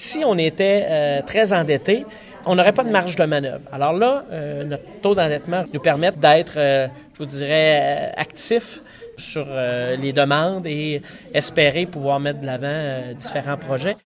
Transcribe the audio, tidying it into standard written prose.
Si on était très endetté, on n'aurait pas de marge de manœuvre. Alors là, notre taux d'endettement nous permet d'être, je vous dirais, actifs sur les demandes et espérer pouvoir mettre de l'avant différents projets.